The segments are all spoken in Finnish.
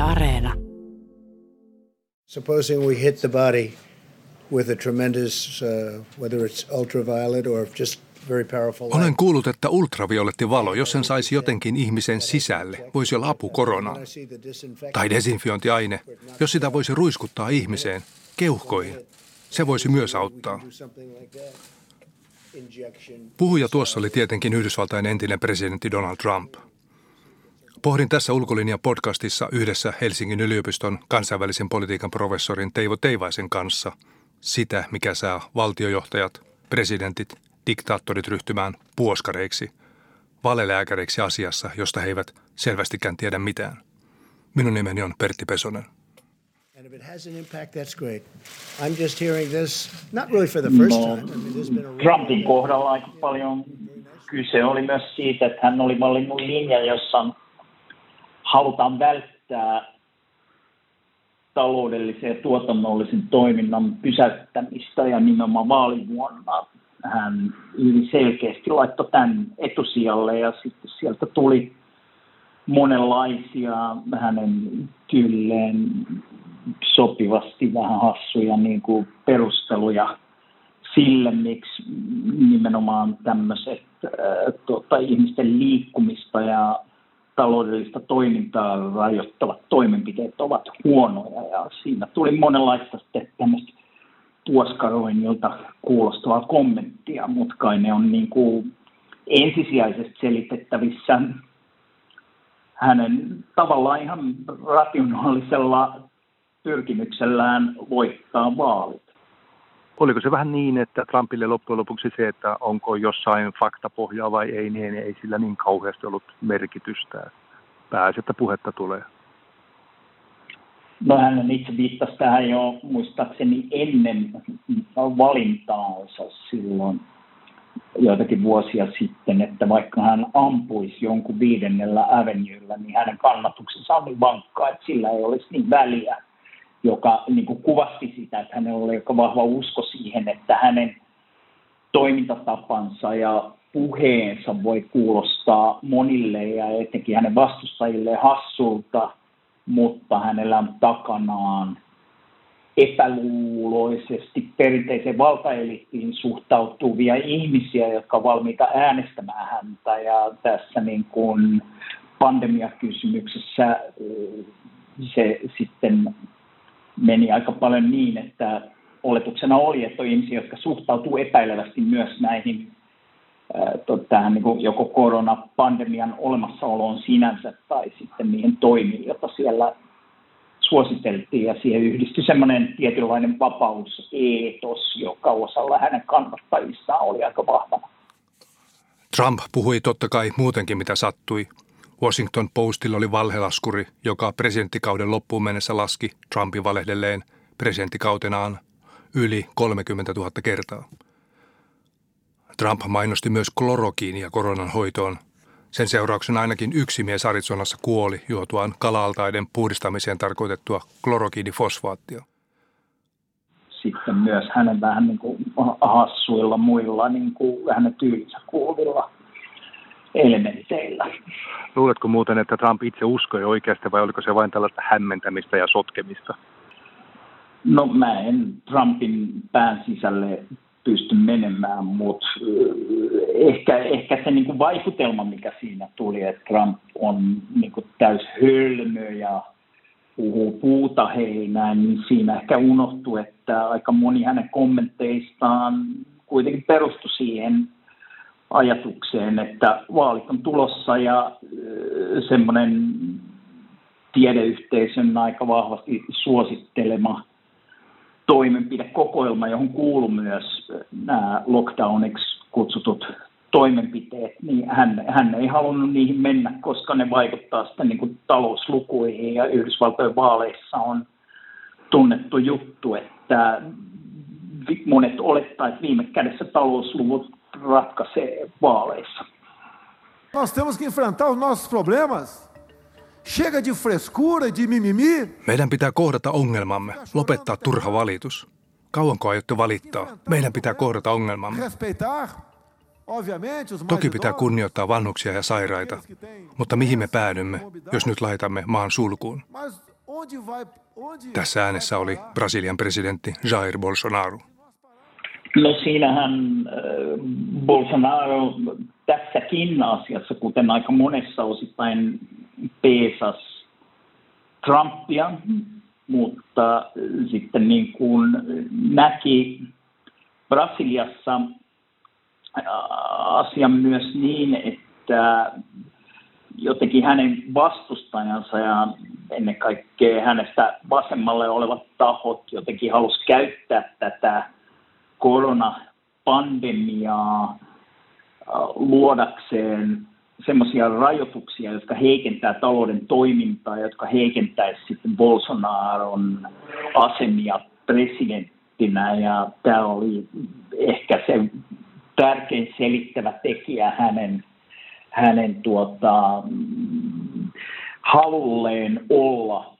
Areena. Supposing we hit the body with a tremendous, whether it's ultraviolet or just very powerful light. Olen kuullut, että ultraviolettivalo, jos sen saisi jotenkin ihmisen sisälle, voisi olla apu koronaan. Tai desinfiointiaine, jos sitä voisi ruiskuttaa ihmiseen, keuhkoihin. Se voisi myös auttaa. Puhuja tuossa oli tietenkin Yhdysvaltain entinen presidentti Donald Trump. Pohdin tässä Ulkolinja-podcastissa yhdessä Helsingin yliopiston kansainvälisen politiikan professorin Teivo Teivaisen kanssa sitä, mikä saa valtiojohtajat, presidentit, diktaattorit ryhtymään puoskareiksi, valelääkäreiksi asiassa, josta he eivät selvästikään tiedä mitään. Minun nimeni on Pertti Pesonen. And if it has an impact, that's great. I'm just hearing this, not really for the first time. I mean, there's been a Trumpin kohdalla aika paljon kyse oli myös siitä, että hän oli valinnut linjan, jossa halutaan välttää taloudellisen ja tuotannollisen toiminnan pysäyttämistä ja nimenomaan vaalivuonna hän hyvin selkeästi laittoi tämän etusijalle ja sitten sieltä tuli monenlaisia hänen tyylilleen sopivasti vähän hassuja niin kuin perusteluja sille, miksi nimenomaan tämmöiset ihmisten liikkumista ja taloudellista toimintaa rajoittavat toimenpiteet ovat huonoja. Ja siinä tuli monenlaista tämmöistä puoskaroinnilta kuulostavaa kommenttia, mutta kai ne on niin kuin ensisijaisesti selitettävissä hänen tavallaan ihan rationaalisella pyrkimyksellään voittaa vaalit. Oliko se vähän niin, että Trumpille loppujen lopuksi se, että onko jossain faktapohjaa vai ei, niin ei sillä niin kauheasti ollut merkitystä. Pääsi, että puhetta tulee. No hän itse viittasi tähän jo muistaakseni ennen valintaansa silloin joitakin vuosia sitten, että vaikka hän ampuisi jonkun 5. Avenuella, niin hänen kannatuksensa on niin vankkaa, että sillä ei olisi niin väliä, joka niin kuin kuvasti sitä, että hänellä oli aika vahva usko siihen, että hänen toimintatapansa ja puheensa voi kuulostaa monille ja etenkin hänen vastustajilleen hassulta, mutta hänellä on takanaan epäluuloisesti perinteiseen valtaeliittiin suhtautuvia ihmisiä, jotka on valmiita äänestämään häntä. Ja tässä niin kuin pandemiakysymyksessä se sitten meni aika paljon niin, että oletuksena oli, että on ihmisiä, jotka suhtautuu epäilevästi myös näihin tähän niin kuin joko koronapandemian olemassaoloon sinänsä tai sitten niihin toimiin, joita siellä suositeltiin, ja siihen yhdistyi semmoinen tietynlainen vapauseetos, joka osalla hänen kannattajistaan oli aika vahvana. Trump puhui totta kai muutenkin, mitä sattui. Washington Postilla oli valhelaskuri, joka presidenttikauden loppuun mennessä laski Trumpin valehdelleen presidenttikautenaan yli 30 000 kertaa. Trump mainosti myös klorokiinia koronan hoitoon. Sen seurauksena ainakin yksi mies Arizonassa kuoli juotuaan kala-altaiden puhdistamiseen tarkoitettua klorokiinifosfaattia. Sitten myös hänen vähän niin kuin hassuilla muilla niin kuin hänen tyylinsä kuuluvilla elementeillä. Luuletko muuten, että Trump itse uskoi oikeasti vai oliko se vain tällaista hämmentämistä ja sotkemista? No mä en Trumpin pään sisälle pysty menemään, mutta ehkä se niin kuin vaikutelma, mikä siinä tuli, että Trump on niin kuin täys hölmö ja puhuu puuta heinään, niin siinä ehkä unohtui, että aika moni hänen kommenteistaan kuitenkin perustui siihen ajatukseen, että vaalit on tulossa ja semmoinen tiedeyhteisön aika vahvasti suosittelema toimenpidekokoelma, johon kuuluu myös nämä lockdowniksi kutsutut toimenpiteet, niin hän ei halunnut niihin mennä, koska ne vaikuttaa sitten niin kuin talouslukuihin, ja Yhdysvaltojen vaaleissa on tunnettu juttu, että monet olettaa, että viime kädessä talousluvut ratkaisee vaaleissa. Nós temos que enfrentar os nossos problemas. Chega de frescura, de mimimi. Meidän pitää kohdata ongelmamme, lopettaa turha valitus. Kauanko aiotte valittaa? Meidän pitää kohdata ongelmamme. Toki pitää kunnioittaa vanhuksia ja sairaita, mutta mihin me päädymme, jos nyt laitamme maan sulkuun? Tässä äänessä oli Brasilian presidentti Jair Bolsonaro. No siinähän Bolsonaro tässäkin asiassa, kuten aika monessa osittain peesas Trumpia, mutta sitten niin kuin näki Brasiliassa asian myös niin, että jotenkin hänen vastustajansa ja ennen kaikkea hänestä vasemmalle olevat tahot jotenkin halusi käyttää tätä koronapandemiaa luodakseen semmoisia rajoituksia, jotka heikentää talouden toimintaa, jotka heikentäisi sitten Bolsonaron asemia presidenttinä. Ja tämä oli ehkä se tärkein selittävä tekijä hänen halulleen olla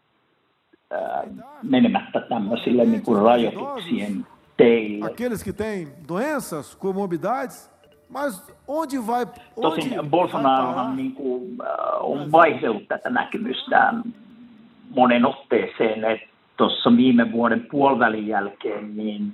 menemättä tämmöisille niin kuin rajoituksien teille. Aqueles que têm doenças, comorbidades, mas onde vai... Tosin Bolsonarohan niin kuin, on vaihdellut tätä näkemystään monen otteeseen, että tuossa viime vuoden puolivälin jälkeen niin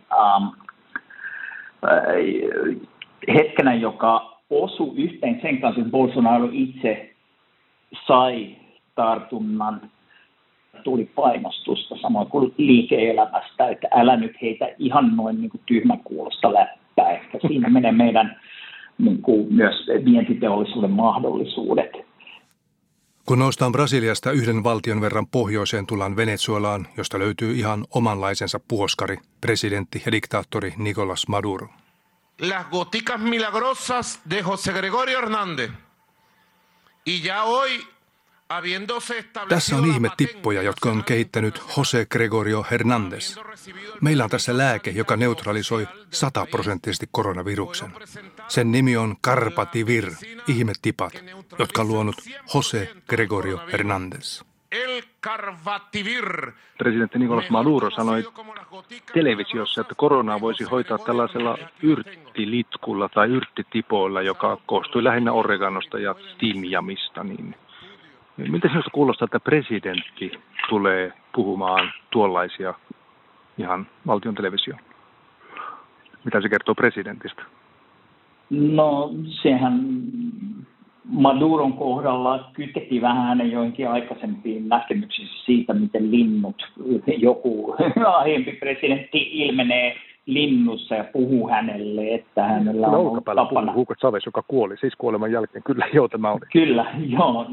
hetkenä, joka osui yhteen sen kanssa, että Bolsonaro itse sai tartunnan, tuli painostusta samoin kuin liike-elämästä, että älä nyt heitä ihan noin niin kuin tyhmäkuulosta läppää. Ehkä siinä menee meidän niin kuin myös vientiteollisuuden mahdollisuudet. Kun noustaan Brasiliasta yhden valtion verran pohjoiseen, tullaan Venezuelaan, josta löytyy ihan omanlaisensa puoskari, presidentti ja diktaattori Nicolás Maduro. Las goticas milagrosas de José Gregorio Hernández. Y ya hoy, habiéndose establecido... Tässä on ihmetippoja, jotka on kehittänyt José Gregorio Hernández. Meillä on tässä lääke, joka neutralisoi 100% koronaviruksen. Sen nimi on Carbativir, ihmetipat, jotka on luonut José Gregorio Hernández. El Carbativir. Presidentti Nicolás Maduro sanoi televisiossa, että koronaa voisi hoitaa tällaisella yrttilitkulla tai yrttitipoilla, joka koostui lähinnä oreganosta ja timjamista. Niin miltä sinusta kuulostaa, että presidentti tulee puhumaan tuollaisia ihan valtion televisioon? Mitä se kertoo presidentistä? No sehän Maduron kohdalla kytkettiin vähän hänen joinkin aikaisempiin näkemyksissä siitä, miten linnut, joku aiempi presidentti ilmenee linnussa ja puhuu hänelle, että hänellä on ollut tapana. Hugo Chavez, joka kuoli siis kuoleman jälkeen. Kyllä, joo, tämä oli. Kyllä, joo,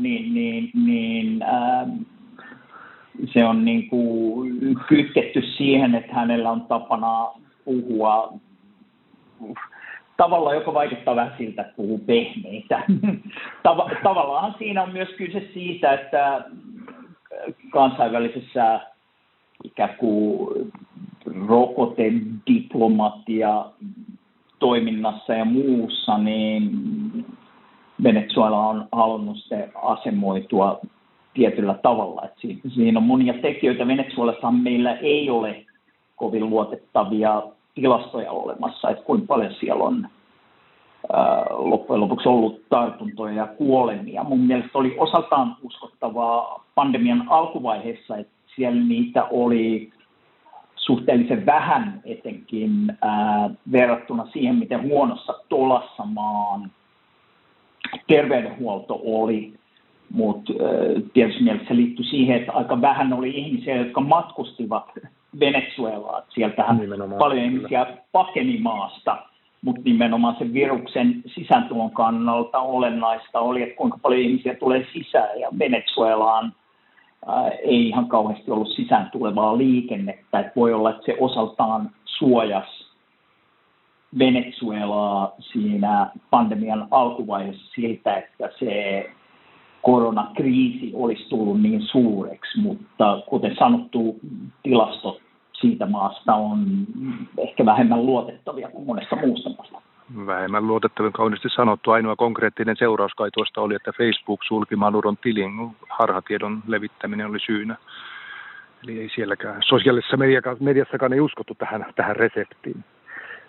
se on niin kuin kytketty siihen, että hänellä on tapana puhua tavalla, joka vaikuttaa vähän siltä, että puhuu pehmeitä. Tavallaan siinä on myös kyse siitä, että kansainvälisessä ikään kuin rokotediplomatia toiminnassa ja muussa, niin Venezuela on halunnut se asemoitua tietyllä tavalla. Että siinä on monia tekijöitä. Venezuelassa meillä ei ole kovin luotettavia tilastoja olemassa, että kuinka paljon siellä on loppujen lopuksi ollut tartuntoja ja kuolemia. Mun mielestä oli osaltaan uskottavaa pandemian alkuvaiheessa, että siellä niitä oli suhteellisen vähän etenkin verrattuna siihen, miten huonossa tolassa maan terveydenhuolto oli. Mutta tietysti mielessä se liittyi siihen, että aika vähän oli ihmisiä, jotka matkustivat Venezuelaa. Sieltähän paljon ihmisiä pakeni maasta, mutta nimenomaan sen viruksen sisääntulon kannalta olennaista oli, että kuinka paljon ihmisiä tulee sisään. Ja Venezuelaan ei ihan kauheasti ollut sisään tulevaa liikennettä. Et voi olla, että se osaltaan suojasi Venezuelaa siinä pandemian alkuvaiheessa siltä, että se koronakriisi olisi tullut niin suureksi, mutta kuten sanottu, tilastot siitä maasta on ehkä vähemmän luotettavia kuin monesta muusta maasta. Vähemmän luotettavia, kauniisti sanottu. Ainoa konkreettinen seuraus kai tuosta oli, että Facebook sulki Maduron tilin. Harhatiedon levittäminen oli syynä. Eli ei sielläkään sosiaalisessa mediassakaan ei uskottu tähän reseptiin.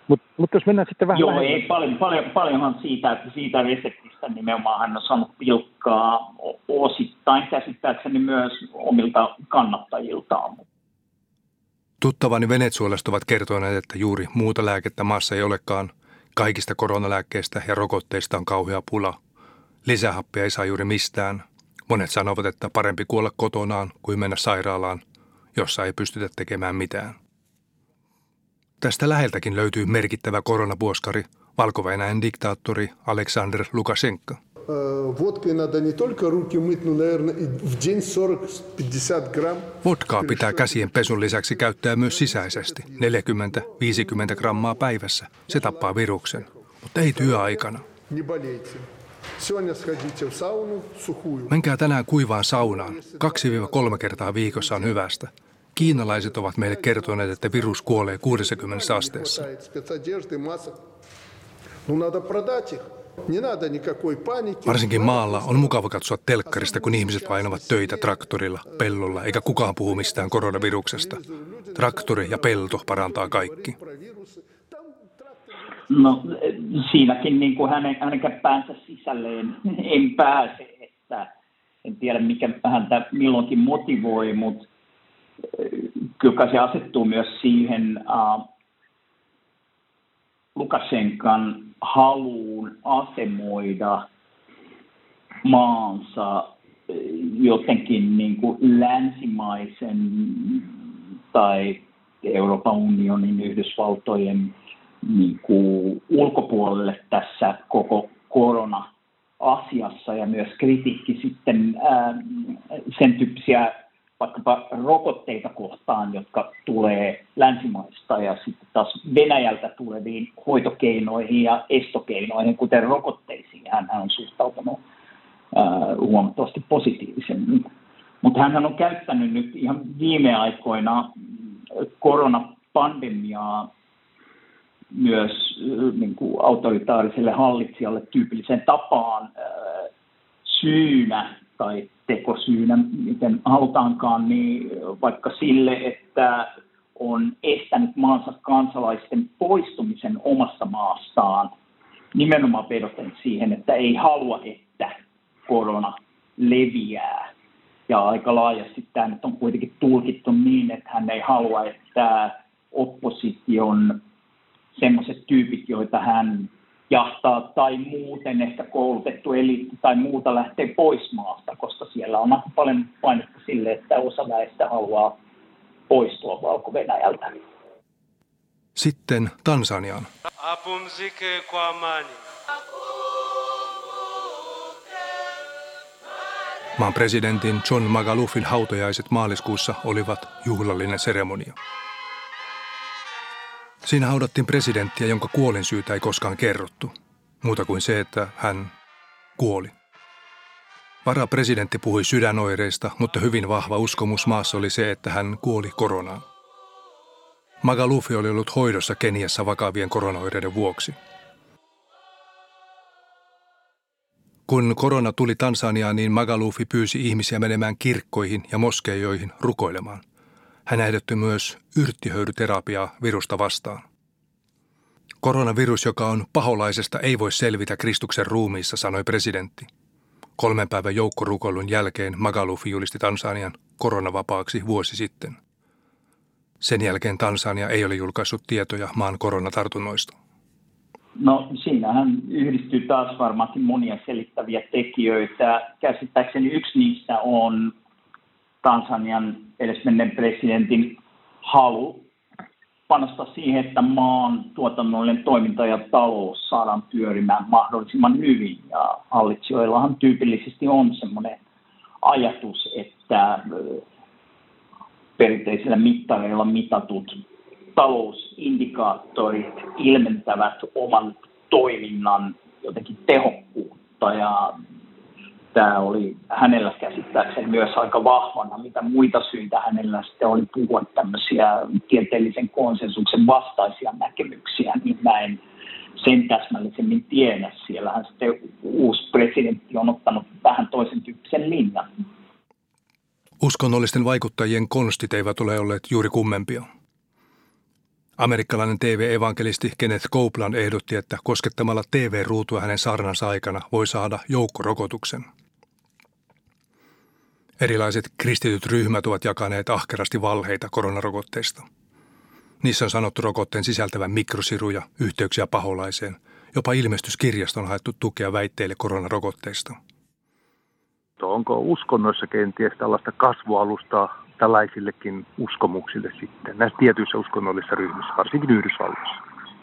Mutta jos mennään sitten vähän Joo, ei paljonhan siitä reseptistä nimenomaan hän on saanut pilkkaa osittain käsittääkseni myös omilta kannattajiltaan. Tuttavani Venezuelasta ovat kertoneet, että juuri muuta lääkettä maassa ei olekaan. Kaikista koronalääkkeistä ja rokotteista on kauhea pula. Lisähappia ei saa juuri mistään. Monet sanovat, että parempi kuolla kotonaan kuin mennä sairaalaan, jossa ei pystytä tekemään mitään. Tästä läheltäkin löytyy merkittävä koronapuoskari, Valko-Venäjän diktaattori Aleksandr Lukashenka. Vodkaa pitää käsien pesun lisäksi käyttää myös sisäisesti, 40-50 grammaa päivässä. Se tappaa viruksen, mutta ei työaikana. Menkää tänään kuivaan saunaan. 2-3 kertaa viikossa on hyvästä. Kiinalaiset ovat meille kertoneet, että virus kuolee 60 asteessa. Varsinkin maalla on mukava katsoa telkkarista, kun ihmiset painavat töitä traktorilla, pellolla, eikä kukaan puhu mistään koronaviruksesta. Traktori ja pelto parantaa kaikki. No siinäkin niin kuin hänenkään päänsä sisälleen en pääse, että en tiedä mikä häntä milloinkin motivoi, mutta kyllä se asettuu myös siihen Lukashenkan haluun asemoida maansa jotenkin niin kuin länsimaisen tai Euroopan unionin, Yhdysvaltojen niin kuin ulkopuolelle tässä koko korona-asiassa ja myös kritiikki sitten sen tyyppisiä vaikkapa rokotteita kohtaan, jotka tulee länsimaista ja sitten taas Venäjältä tuleviin hoitokeinoihin ja estokeinoihin, kuten rokotteisiin. Hän on suhtautunut huomattavasti positiivisemmin. Mutta hän on käyttänyt nyt ihan viime aikoina koronapandemiaa myös niin kuin autoritaariselle hallitsijalle tyypilliseen tapaan syynä tai tekosyynä, miten halutaankaan, niin vaikka sille, että on estänyt maansa kansalaisten poistumisen omasta maastaan, nimenomaan vedoten siihen, että ei halua, että korona leviää. Ja aika laajasti tämä nyt on kuitenkin tulkittu niin, että hän ei halua, että opposition sellaiset tyypit, joita hän jahtaa tai muuten ehkä koulutettu eliitti tai muuta lähtee pois maasta, koska siellä on aika paljon painetta sille, että osa näistä haluaa poistua Valko-Venäjältä. Sitten Tansaniaan. Apumzike kwa amani. Maan presidentin John Magalufin hautajaiset maaliskuussa olivat juhlallinen seremonia. Siinä haudattiin presidenttiä, jonka kuolinsyytä ei koskaan kerrottu, muuta kuin se, että hän kuoli. Varapresidentti puhui sydänoireista, mutta hyvin vahva uskomus maassa oli se, että hän kuoli koronaan. Magalufi oli ollut hoidossa Keniassa vakavien koronaoireiden vuoksi. Kun korona tuli Tansaniaan, niin Magalufi pyysi ihmisiä menemään kirkkoihin ja moskeijoihin rukoilemaan. Hän ehdotti myös yrttihöyryterapiaa virusta vastaan. Koronavirus, joka on paholaisesta, ei voi selvitä Kristuksen ruumiissa, sanoi presidentti. 3 päivän joukkorukoilun jälkeen Magalufi julisti Tansanian koronavapaaksi vuosi sitten. Sen jälkeen Tansania ei ole julkaissut tietoja maan koronatartunnoista. No siinähän yhdistyy taas varmaankin monia selittäviä tekijöitä. Käsittääkseni yksi niistä on Tansanian edesmenneen presidentin halu panostaa siihen, että maan tuotannollinen toiminta ja talous saadaan pyörimään mahdollisimman hyvin. Ja hallitsijoillahan tyypillisesti on semmoinen ajatus, että perinteisillä mittareilla mitatut talousindikaattorit ilmentävät oman toiminnan jotenkin tehokkuutta ja tämä oli hänellä käsittääkseni myös aika vahvana, mitä muita syitä hänellä sitten oli puhua tämmöisiä tieteellisen konsensuksen vastaisia näkemyksiä, niin mä en sen täsmällisemmin tiedä. Siellähän sitten uusi presidentti on ottanut vähän toisen tyyppisen linjan. Uskonnollisten vaikuttajien konstit eivät ole olleet juuri kummempia. Amerikkalainen TV-evankelisti Kenneth Copeland ehdotti, että koskettamalla TV-ruutua hänen saarnansa aikana voi saada joukkorokotuksen. Erilaiset kristityt ryhmät ovat jakaneet ahkerasti valheita koronarokotteista. Niissä on sanottu rokotteen sisältävän mikrosiruja, yhteyksiä paholaiseen. Jopa Ilmestyskirjasta on haettu tukea väitteille koronarokotteista. Onko uskonnoissa kenties tällaista kasvualustaa tällaisillekin uskomuksille sitten, näissä tietyissä uskonnollisissa ryhmissä, varsinkin Yhdysvalloissa?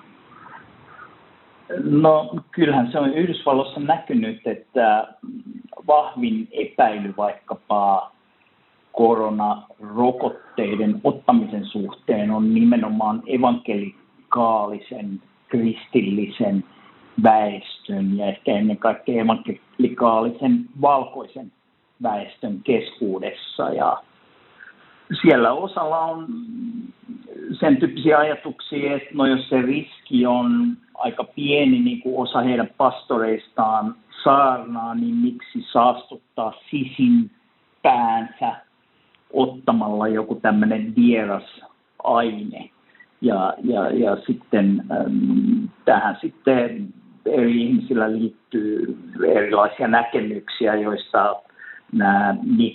No kyllähän se on Yhdysvalloissa näkynyt, että vahvin epäily vaikkapa koronarokotteiden ottamisen suhteen on nimenomaan evankelikaalisen, kristillisen väestön ja ehkä ennen kaikkea evankelikaalisen valkoisen väestön keskuudessa. Ja siellä osalla on sen tyyppisiä ajatuksia, että no jos se riski on aika pieni, niin kuin osa heidän pastoreistaan saarnaa, niin miksi saastuttaa sisin päänsä ottamalla joku tämmöinen vieras aine. Ja sitten tähän sitten eri ihmisillä liittyy erilaisia näkemyksiä, joista nämä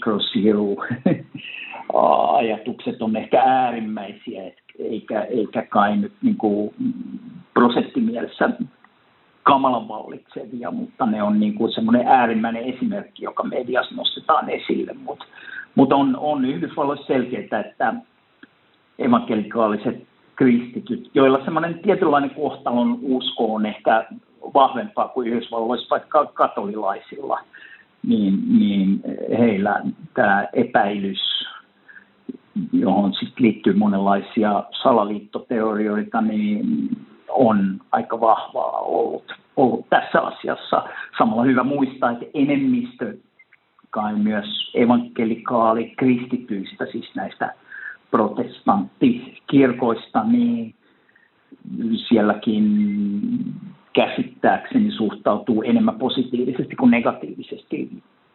mikrosiru-ajatukset on ehkä äärimmäisiä, eikä kai nyt niin kuin prosenttimielessä kamalan vallitsevia, mutta ne on niin kuin semmoinen äärimmäinen esimerkki, joka mediassa nostetaan esille. Mutta on Yhdysvalloissa selkeää, että evankelikaaliset kristityt, joilla semmoinen tietynlainen kohtalon usko on ehkä vahvempaa kuin Yhdysvalloissa vaikka katolilaisilla, niin heillä tämä epäilys, johon sitten liittyy monenlaisia salaliittoteorioita, niin on aika vahvaa ollut tässä asiassa. Samalla hyvä muistaa, että enemmistö kai myös evankelikaali kristityistä, siis näistä protestanttikirkoista, niin sielläkin käsittääkseni suhtautuu enemmän positiivisesti kuin negatiivisesti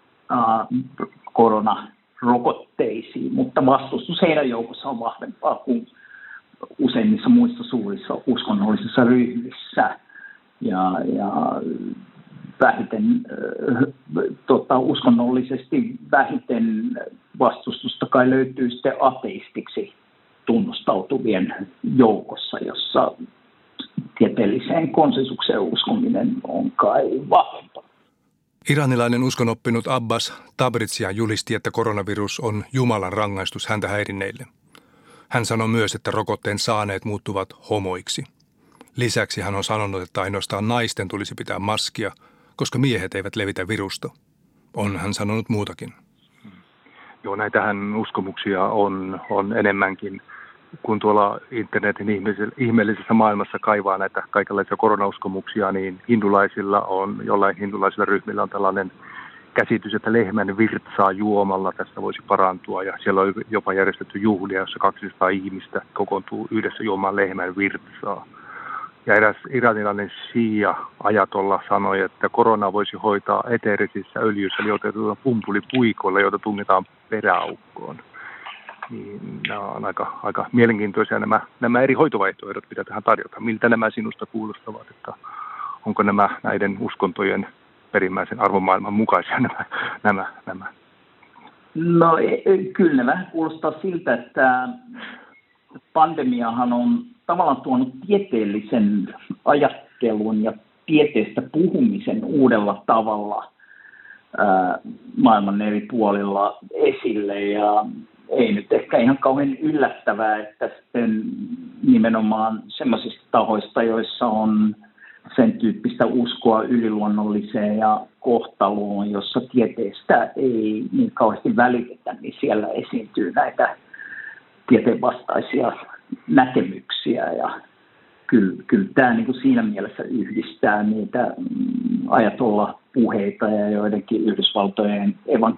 koronarokotteisiin, mutta vastustus heidän joukossa on vahvempaa kuin useimmissa muissa suurissa uskonnollisissa ryhmissä. Ja vähiten, uskonnollisesti vähiten vastustusta kai löytyy sitten ateistiksi tunnustautuvien joukossa, jossa tieteelliseen konsensukseen uskominen on kai vahvempaa. Iranilainen uskonoppinut Abbas Tabrizian julisti, että koronavirus on Jumalan rangaistus häntä häirinneille. Hän sanoi myös, että rokotteen saaneet muuttuvat homoiksi. Lisäksi hän on sanonut, että ainoastaan naisten tulisi pitää maskia, koska miehet eivät levitä virusta. On hän sanonut muutakin. Joo, näitähän uskomuksia on enemmänkin, kun tuolla internetin ihmeellisessä maailmassa kaivaa näitä kaikenlaisia koronauskomuksia, niin jollain hindulaisilla ryhmillä on tällainen käsitys, että lehmän virtsaa juomalla tästä voisi parantua. Ja siellä on jopa järjestetty juhlia, jossa 200 ihmistä kokoontuu yhdessä juomaan lehmän virtsaa. Ja eräs iranilainen shia-ajatolla sanoi, että korona voisi hoitaa eteerisissä öljyissä liotetuilla pumpulipuikoilla, joita tunnetaan peräaukkoon. Niin nämä on aika mielenkiintoisia nämä eri hoitovaihtoehdot, mitä tähän tarjota. Miltä nämä sinusta kuulostavat, että onko nämä näiden uskontojen perimmäisen arvomaailman mukaisia nämä? No kyllä ne vähän kuulostaa siltä, että pandemiahan on tavallaan tuonut tieteellisen ajattelun ja tieteestä puhumisen uudella tavalla maailman eri puolilla esille. Ja ei nyt ehkä ihan kauhean yllättävää, että sitten nimenomaan semmoisista tahoista, joissa on sen tyyppistä uskoa yliluonnolliseen ja kohtaloon, jossa tieteestä ei niin kauheasti välitetä, niin siellä esiintyy näitä tieteenvastaisia näkemyksiä. Ja kyllä tämä niin kuin siinä mielessä yhdistää niitä ajatolla-puheita ja joidenkin Yhdysvaltojen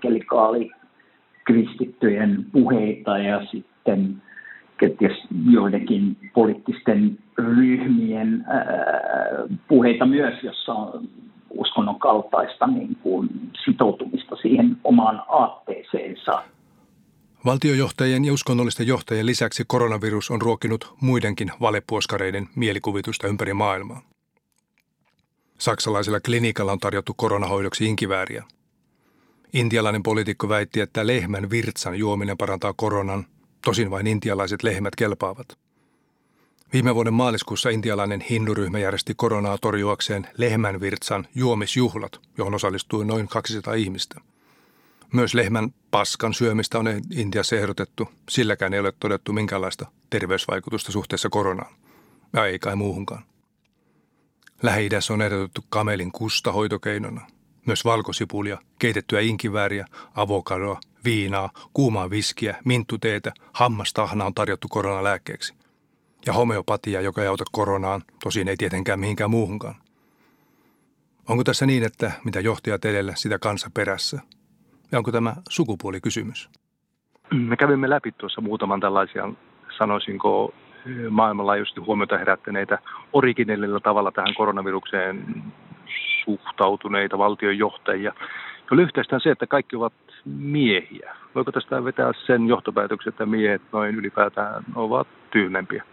evankelikaali-kristittyjen puheita ja sitten joidenkin poliittisten ryhmien puheita myös, jossa on uskonnon kaltaista niin kuin sitoutumista siihen omaan aatteeseensa. Valtiojohtajien ja uskonnollisten johtajien lisäksi koronavirus on ruokkinut muidenkin valepuoskareiden mielikuvitusta ympäri maailmaa. Saksalaisella klinikalla on tarjottu koronahoidoksi inkivääriä. Intialainen poliitikko väitti, että lehmän virtsan juominen parantaa koronan, tosin vain intialaiset lehmät kelpaavat. Viime vuoden maaliskuussa intialainen hinduryhmä järjesti koronaa torjuakseen lehmän virtsan juomisjuhlat, johon osallistui noin 200 ihmistä. Myös lehmän paskan syömistä on Intiassa ehdotettu, silläkään ei ole todettu minkäänlaista terveysvaikutusta suhteessa koronaan, ja ei kai muuhunkaan. Lähi-idässä on ehdotettu kamelin kusta hoitokeinona. Myös valkosipulia, keitettyä inkivääriä, avokadoa, viinaa, kuumaa viskiä, minttuteetä, hammastahna on tarjottu koronalääkkeeksi. Ja homeopatia, joka ei auta koronaan, tosin ei tietenkään mihinkään muuhunkaan. Onko tässä niin, että mitä johtajat edellä, sitä kansa perässä? Ja onko tämä sukupuolikysymys? Me kävimme läpi tuossa muutaman tällaisia, sanoisinko, maailmanlaajuisesti huomiota herättäneitä originellilla tavalla tähän koronavirukseen suhtautuneita valtionjohtajia. Oli yhteistään se, että kaikki ovat miehiä. Voiko tästä vetää sen johtopäätöksen, että miehet noin ylipäätään ovat tyhmempiä?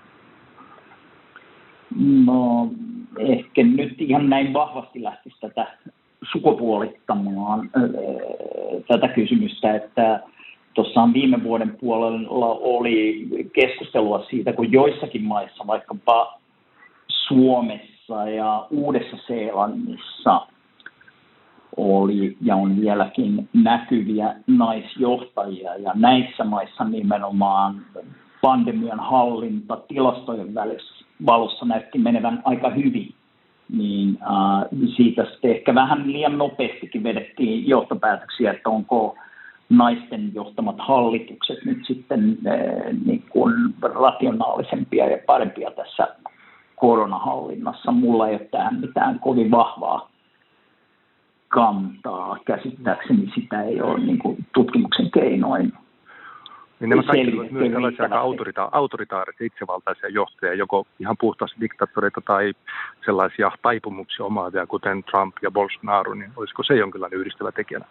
No, ehkä nyt ihan näin vahvasti lähtisi tätä sukupuolittamaan tätä kysymystä, että tuossa viime vuoden puolella oli keskustelua siitä, kun joissakin maissa, vaikkapa Suomessa ja Uudessa-Seelannissa oli ja on vieläkin näkyviä naisjohtajia, ja näissä maissa nimenomaan pandemian hallinta tilastojen valossa näytti menevän aika hyvin, niin siitä sitten ehkä vähän liian nopeastikin vedettiin johtopäätöksiä, että onko naisten johtamat hallitukset nyt sitten niin kuin rationaalisempia ja parempia tässä koronahallinnassa. Mulla ei ole tähän mitään kovin vahvaa kantaa. Käsittääkseni sitä ei ole niin kuin tutkimuksen keinoin. Niin nämä kaikki ovat myös tällaisia aika autoritaarisia itsevaltaisia johtajia, joko ihan puhtaasti diktaattoreita tai sellaisia taipumuksia omaavia, kuten Trump ja Bolsonaro, niin olisiko se jonkinlainen yhdistävä tekijänä?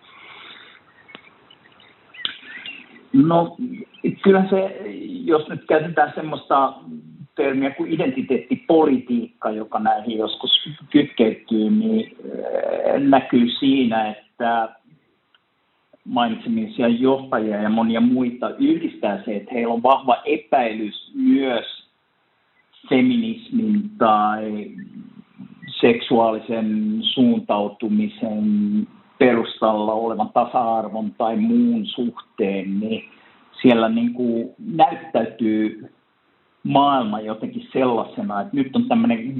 No kyllä se, jos nyt käytetään semmoista termiä kuin identiteettipolitiikka, joka näihin joskus kytkeytyy, niin näkyy siinä, että mainitsemisia johtajia ja monia muita yhdistää se, että heillä on vahva epäilys myös feminismin tai seksuaalisen suuntautumisen perustalla olevan tasa-arvon tai muun suhteen, niin siellä niin kuin näyttäytyy maailma jotenkin sellaisena, että nyt on tämmöinen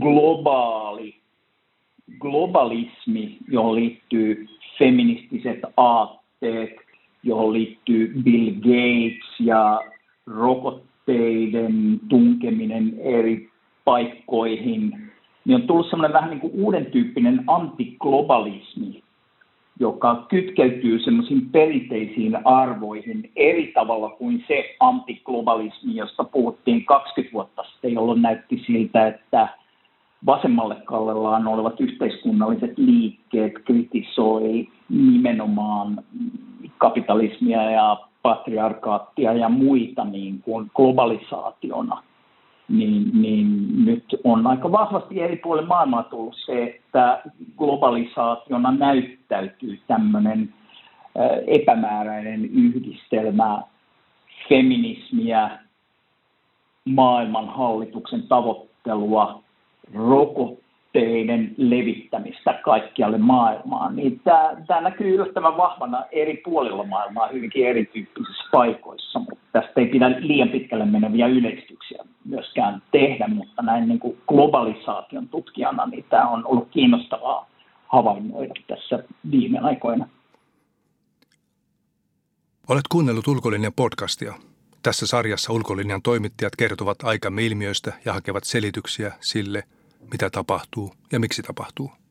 globalismi, johon liittyy feministiset aatteet, johon liittyy Bill Gates ja rokotteiden tunkeminen eri paikkoihin, niin on tullut semmoinen vähän niin kuin uuden tyyppinen antiglobalismi, joka kytkeytyy semmoisiin perinteisiin arvoihin eri tavalla kuin se antiglobalismi, josta puhuttiin 20 vuotta sitten, jolloin näytti siltä, että vasemmalle kallellaan olevat yhteiskunnalliset liikkeet kritisoi nimenomaan kapitalismia ja patriarkaattia ja muita niin kuin globalisaationa. Niin nyt on aika vahvasti eri puolilla maailmaa tullut se, että globalisaationa näyttäytyy tämmöinen epämääräinen yhdistelmä feminismiä, maailmanhallituksen tavoittelua, rokotteiden levittämistä kaikkialle maailmaan. Niin tämä näkyy yllättävän vahvana eri puolilla maailmaa hyvinkin erityyppisissä paikoissa, mutta tästä ei pidä liian pitkälle meneviä yleistyksiä myöskään tehdä, mutta näin niin kuin globalisaation tutkijana niin tämä on ollut kiinnostavaa havainnoida tässä viime aikoina. Olet kuunnellut Ulkolinjan podcastia. Tässä sarjassa Ulkolinjan toimittajat kertovat aikamme ilmiöistä ja hakevat selityksiä sille, mitä tapahtuu ja miksi tapahtuu.